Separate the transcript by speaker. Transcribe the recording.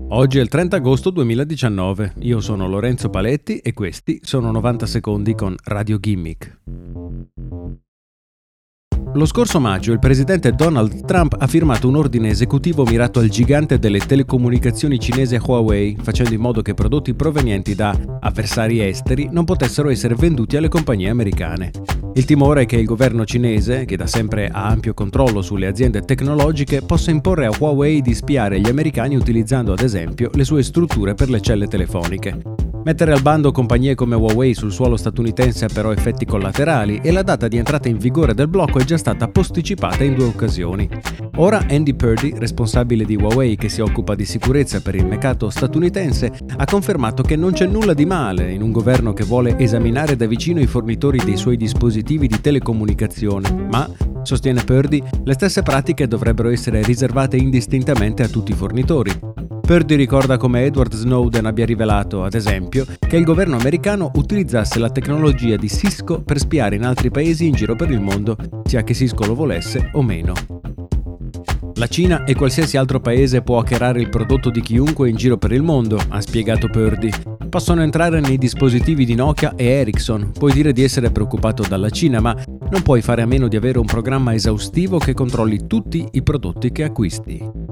Speaker 1: Oggi è il 30 agosto 2019, io sono Lorenzo Paletti e questi sono 90 secondi con Radio Gimmick. Lo scorso maggio il presidente Donald Trump ha firmato un ordine esecutivo mirato al gigante delle telecomunicazioni cinese Huawei, facendo in modo che prodotti provenienti da avversari esteri non potessero essere venduti alle compagnie americane. Il timore è che il governo cinese, che da sempre ha ampio controllo sulle aziende tecnologiche, possa imporre a Huawei di spiare gli americani utilizzando ad esempio le sue strutture per le celle telefoniche. Mettere al bando compagnie come Huawei sul suolo statunitense ha però effetti collaterali e la data di entrata in vigore del blocco è già stata posticipata in 2 occasioni. Ora Andy Purdy, responsabile di Huawei che si occupa di sicurezza per il mercato statunitense, ha confermato che non c'è nulla di male in un governo che vuole esaminare da vicino i fornitori dei suoi dispositivi di telecomunicazione, ma, sostiene Purdy, le stesse pratiche dovrebbero essere riservate indistintamente a tutti i fornitori. Purdy ricorda come Edward Snowden abbia rivelato, ad esempio, che il governo americano utilizzasse la tecnologia di Cisco per spiare in altri paesi in giro per il mondo, sia che Cisco lo volesse o meno. La Cina e qualsiasi altro paese può hackerare il prodotto di chiunque in giro per il mondo, ha spiegato Purdy. Possono entrare nei dispositivi di Nokia e Ericsson. Puoi dire di essere preoccupato dalla Cina, ma non puoi fare a meno di avere un programma esaustivo che controlli tutti i prodotti che acquisti.